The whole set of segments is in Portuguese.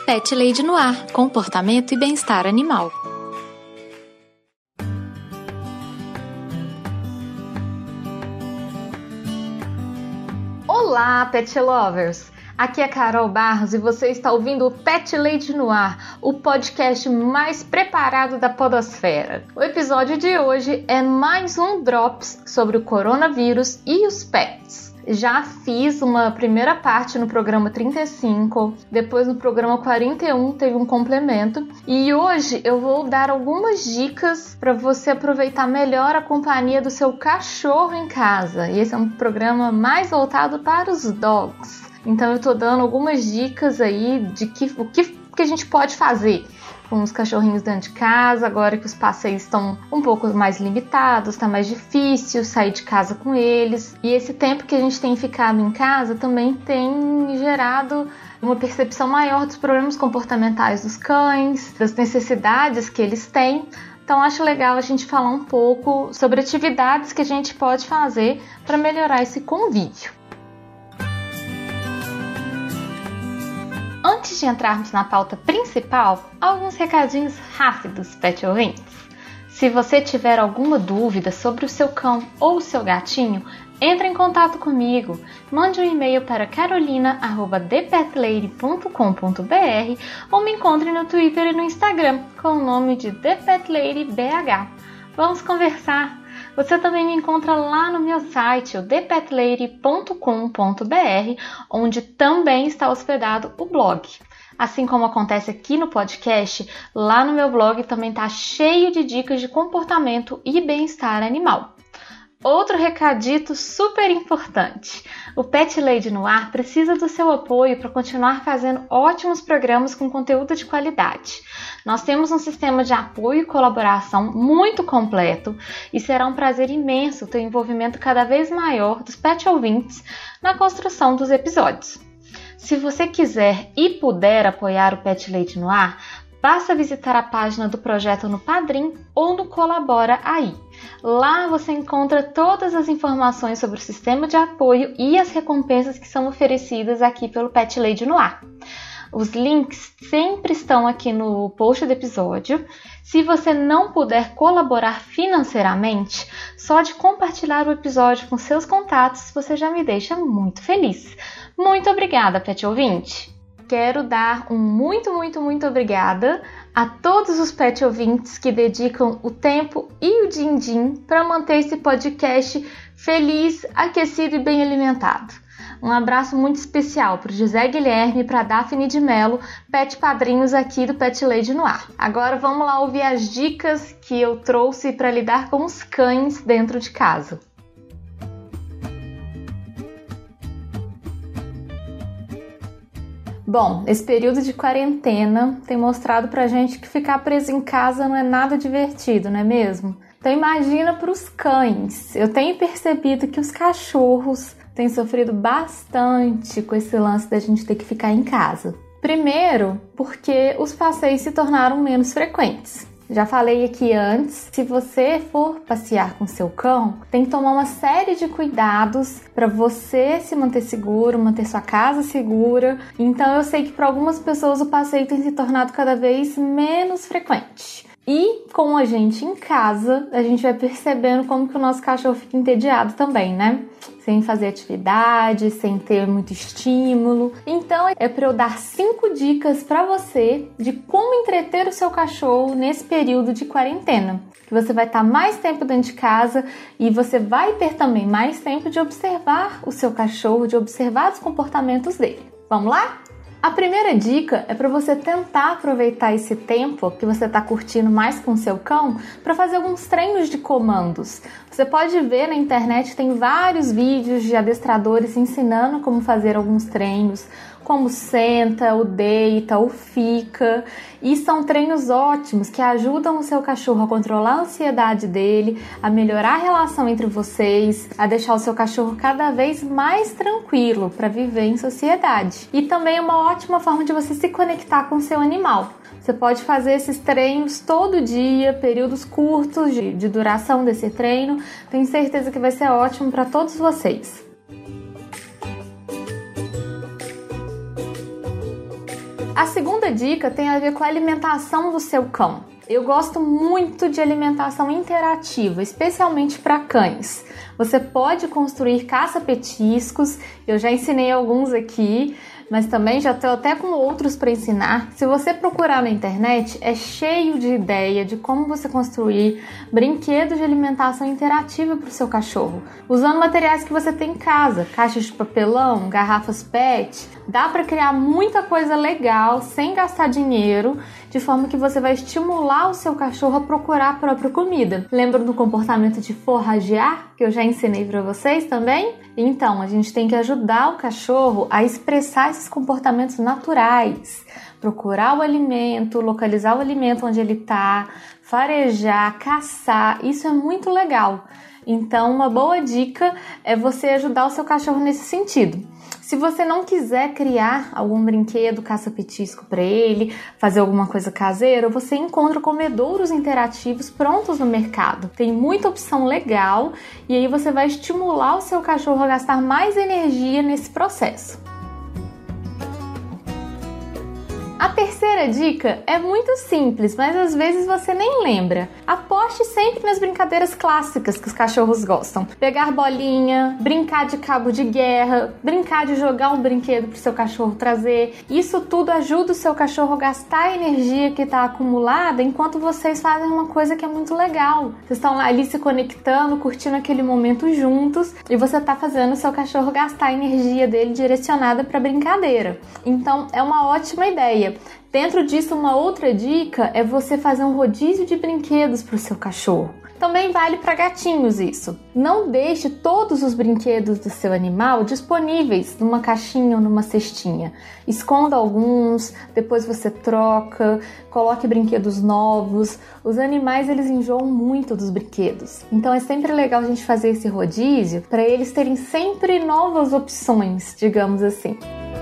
Pet Lady no Ar, comportamento e bem-estar animal. Olá, Pet Lovers! Aqui é Carol Barros e você está ouvindo o Pet Lady no Ar, o podcast mais preparado da podosfera. O episódio de hoje é mais um Drops sobre o coronavírus e os pets. Já fiz uma primeira parte no programa 35, depois no programa 41 teve um complemento e hoje eu vou dar algumas dicas para você aproveitar melhor a companhia do seu cachorro em casa. E esse é um programa mais voltado para os dogs. Então eu tô dando algumas dicas aí de o que a gente pode fazer com os cachorrinhos dentro de casa, agora que os passeios estão um pouco mais limitados, está mais difícil sair de casa com eles. E esse tempo que a gente tem ficado em casa também tem gerado uma percepção maior dos problemas comportamentais dos cães, das necessidades que eles têm. Então acho legal a gente falar um pouco sobre atividades que a gente pode fazer para melhorar esse convívio. Antes de entrarmos na pauta principal, alguns recadinhos rápidos, pet ouvintes. Se você tiver alguma dúvida sobre o seu cão ou o seu gatinho, entre em contato comigo. Mande um e-mail para carolina@thepetlady.com.br ou me encontre no Twitter e no Instagram com o nome de ThePetLadyBH. Vamos conversar! Você também me encontra lá no meu site, o thepetlady.com.br, onde também está hospedado o blog. Assim como acontece aqui no podcast, lá no meu blog também está cheio de dicas de comportamento e bem-estar animal. Outro recadito super importante. O Pet Lady no Ar precisa do seu apoio para continuar fazendo ótimos programas com conteúdo de qualidade. Nós temos um sistema de apoio e colaboração muito completo e será um prazer imenso ter um envolvimento cada vez maior dos pet ouvintes na construção dos episódios. Se você quiser e puder apoiar o Pet Lady no Ar, basta visitar a página do projeto no Padrim ou no Colabora Aí. Lá você encontra todas as informações sobre o sistema de apoio e as recompensas que são oferecidas aqui pelo Pet Lady no Ar. Os links sempre estão aqui no post do episódio. Se você não puder colaborar financeiramente, só de compartilhar o episódio com seus contatos, você já me deixa muito feliz. Muito obrigada, pet ouvinte! Quero dar um muito obrigada a todos os pet ouvintes que dedicam o tempo e o din-din para manter esse podcast feliz, aquecido e bem alimentado. Um abraço muito especial para o José Guilherme e para a Daphne de Mello, pet padrinhos aqui do Pet Lady no Ar. Agora vamos lá ouvir as dicas que eu trouxe para lidar com os cães dentro de casa. Bom, esse período de quarentena tem mostrado pra gente que ficar preso em casa não é nada divertido, não é mesmo? Então imagina para os cães. Eu tenho percebido que os cachorros têm sofrido bastante com esse lance da gente ter que ficar em casa. Primeiro, porque os passeios se tornaram menos frequentes. Já falei aqui antes, se você for passear com seu cão, tem que tomar uma série de cuidados para você se manter seguro, manter sua casa segura. Então eu sei que para algumas pessoas o passeio tem se tornado cada vez menos frequente. E com a gente em casa, a gente vai percebendo como que o nosso cachorro fica entediado também, né? Sem fazer atividade, sem ter muito estímulo. Então é para eu dar 5 dicas para você de como entreter o seu cachorro nesse período de quarentena. Que você vai estar mais tempo dentro de casa e você vai ter também mais tempo de observar o seu cachorro, de observar os comportamentos dele. Vamos lá? A primeira dica é para você tentar aproveitar esse tempo que você está curtindo mais com o seu cão para fazer alguns treinos de comandos. Você pode ver na internet, tem vários vídeos de adestradores ensinando como fazer alguns treinos, como senta, o deita, o fica. E são treinos ótimos que ajudam o seu cachorro a controlar a ansiedade dele, a melhorar a relação entre vocês, a deixar o seu cachorro cada vez mais tranquilo para viver em sociedade. E também é uma ótima forma de você se conectar com o seu animal. Você pode fazer esses treinos todo dia, períodos curtos de duração desse treino. Tenho certeza que vai ser ótimo para todos vocês. A segunda dica tem a ver com a alimentação do seu cão. Eu gosto muito de alimentação interativa, especialmente para cães. Você pode construir caça-petiscos, eu já ensinei alguns aqui, mas também já estou até com outros para ensinar. Se você procurar na internet, é cheio de ideia de como você construir brinquedos de alimentação interativa para o seu cachorro, usando materiais que você tem em casa, caixas de papelão, garrafas PET. Dá para criar muita coisa legal sem gastar dinheiro, de forma que você vai estimular o seu cachorro a procurar a própria comida. Lembra do comportamento de forragear, que eu já ensinei para vocês também? Então, a gente tem que ajudar o cachorro a expressar esses comportamentos naturais, procurar o alimento, localizar o alimento onde ele está, farejar, caçar. Isso é muito legal. Então, uma boa dica é você ajudar o seu cachorro nesse sentido. Se você não quiser criar algum brinquedo caça-petisco para ele, fazer alguma coisa caseira, você encontra comedouros interativos prontos no mercado. Tem muita opção legal e aí você vai estimular o seu cachorro a gastar mais energia nesse processo. A terceira dica é muito simples, mas às vezes você nem lembra. Aposte sempre nas brincadeiras clássicas que os cachorros gostam. Pegar bolinha, brincar de cabo de guerra, brincar de jogar um brinquedo para o seu cachorro trazer. Isso tudo ajuda o seu cachorro a gastar a energia que está acumulada enquanto vocês fazem uma coisa que é muito legal. Vocês estão ali se conectando, curtindo aquele momento juntos e você está fazendo o seu cachorro gastar a energia dele direcionada para a brincadeira. Então é uma ótima ideia. Dentro disso, uma outra dica é você fazer um rodízio de brinquedos para o seu cachorro. Também vale para gatinhos isso. Não deixe todos os brinquedos do seu animal disponíveis numa caixinha ou numa cestinha. Esconda alguns, depois você troca, coloque brinquedos novos. Os animais, eles enjoam muito dos brinquedos. Então é sempre legal a gente fazer esse rodízio para eles terem sempre novas opções, digamos assim.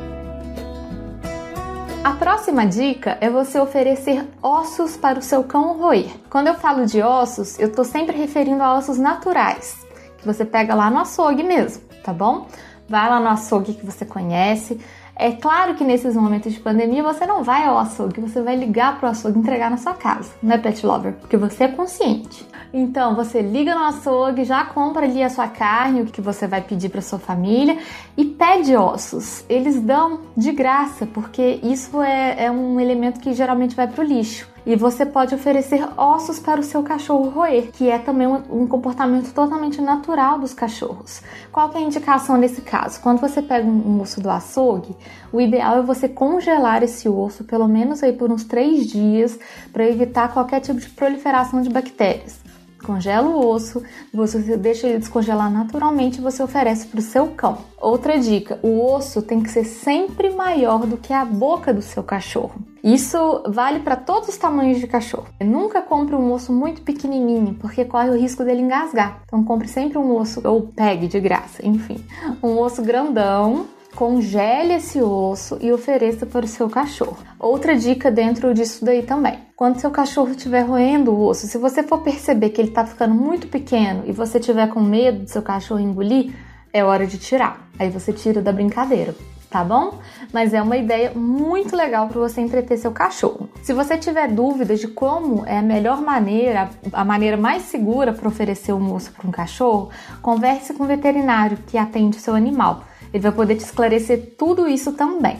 A próxima dica é você oferecer ossos para o seu cão roer. Quando eu falo de ossos, eu estou sempre referindo a ossos naturais, que você pega lá no açougue mesmo, tá bom? Vai lá no açougue que você conhece. É claro que nesses momentos de pandemia você não vai ao açougue, você vai ligar para o açougue e entregar na sua casa, né, pet lover? Porque você é consciente. Então, você liga no açougue, já compra ali a sua carne, o que você vai pedir para sua família e pede ossos. Eles dão de graça, porque isso é um elemento que geralmente vai para o lixo. E você pode oferecer ossos para o seu cachorro roer, que é também um comportamento totalmente natural dos cachorros. Qual que é a indicação nesse caso? Quando você pega um osso do açougue, o ideal é você congelar esse osso, pelo menos aí por uns 3 dias, para evitar qualquer tipo de proliferação de bactérias. Congela o osso, você deixa ele descongelar naturalmente e você oferece para o seu cão. Outra dica, o osso tem que ser sempre maior do que a boca do seu cachorro. Isso vale para todos os tamanhos de cachorro. Nunca compre um osso muito pequenininho, porque corre o risco dele engasgar. Então compre sempre um osso, ou pegue de graça, enfim, um osso grandão. Congele esse osso e ofereça para o seu cachorro. Outra dica dentro disso daí também. Quando seu cachorro estiver roendo o osso, se você for perceber que ele está ficando muito pequeno e você tiver com medo do seu cachorro engolir, é hora de tirar. Aí você tira da brincadeira, tá bom? Mas é uma ideia muito legal para você entreter seu cachorro. Se você tiver dúvidas de como é a melhor maneira, a maneira mais segura para oferecer um osso para um cachorro, converse com o veterinário que atende o seu animal. Ele vai poder te esclarecer tudo isso também.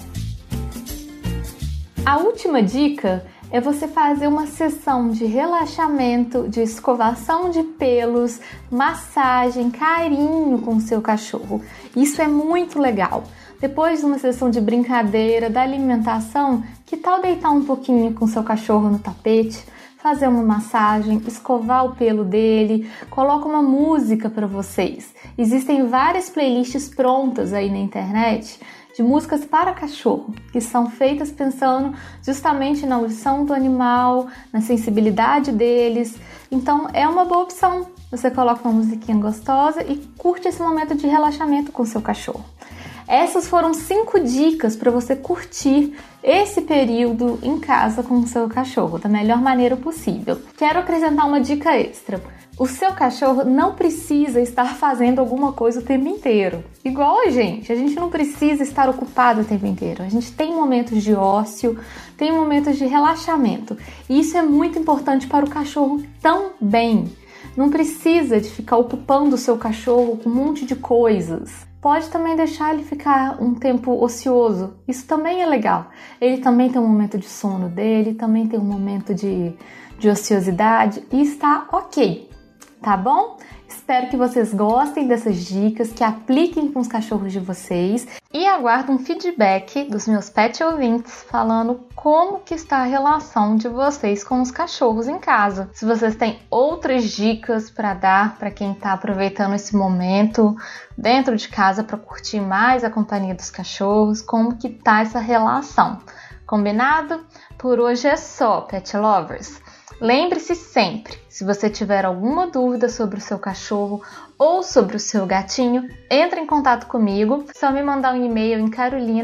A última dica é você fazer uma sessão de relaxamento, de escovação de pelos, massagem, carinho com o seu cachorro. Isso é muito legal. Depois de uma sessão de brincadeira, da alimentação, que tal deitar um pouquinho com o seu cachorro no tapete? Fazer uma massagem, escovar o pelo dele, coloca uma música para vocês. Existem várias playlists prontas aí na internet de músicas para cachorro, que são feitas pensando justamente na audição do animal, na sensibilidade deles. Então é uma boa opção. Você coloca uma musiquinha gostosa e curte esse momento de relaxamento com o seu cachorro. Essas foram 5 dicas para você curtir esse período em casa com o seu cachorro da melhor maneira possível. Quero acrescentar uma dica extra. O seu cachorro não precisa estar fazendo alguma coisa o tempo inteiro. Igual a gente não precisa estar ocupado o tempo inteiro. A gente tem momentos de ócio, tem momentos de relaxamento. E isso é muito importante para o cachorro também. Não precisa de ficar ocupando o seu cachorro com um monte de coisas. Pode também deixar ele ficar um tempo ocioso. Isso também é legal. Ele também tem um momento de sono dele, também tem um momento de ociosidade e está ok. Tá bom? Espero que vocês gostem dessas dicas, que apliquem com os cachorros de vocês e aguardo um feedback dos meus pet ouvintes falando como que está a relação de vocês com os cachorros em casa. Se vocês têm outras dicas para dar para quem está aproveitando esse momento dentro de casa para curtir mais a companhia dos cachorros, como que tá essa relação. Combinado? Por hoje é só, pet lovers. Lembre-se sempre, se você tiver alguma dúvida sobre o seu cachorro ou sobre o seu gatinho, entre em contato comigo, só me mandar um e-mail em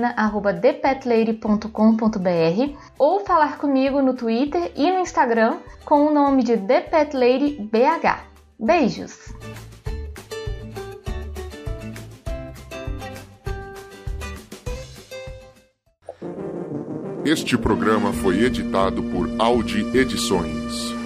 carolina@thepetlady.com.br ou falar comigo no Twitter e no Instagram com o nome de ThePetLadyBH. Beijos! Este programa foi editado por Audi Edições.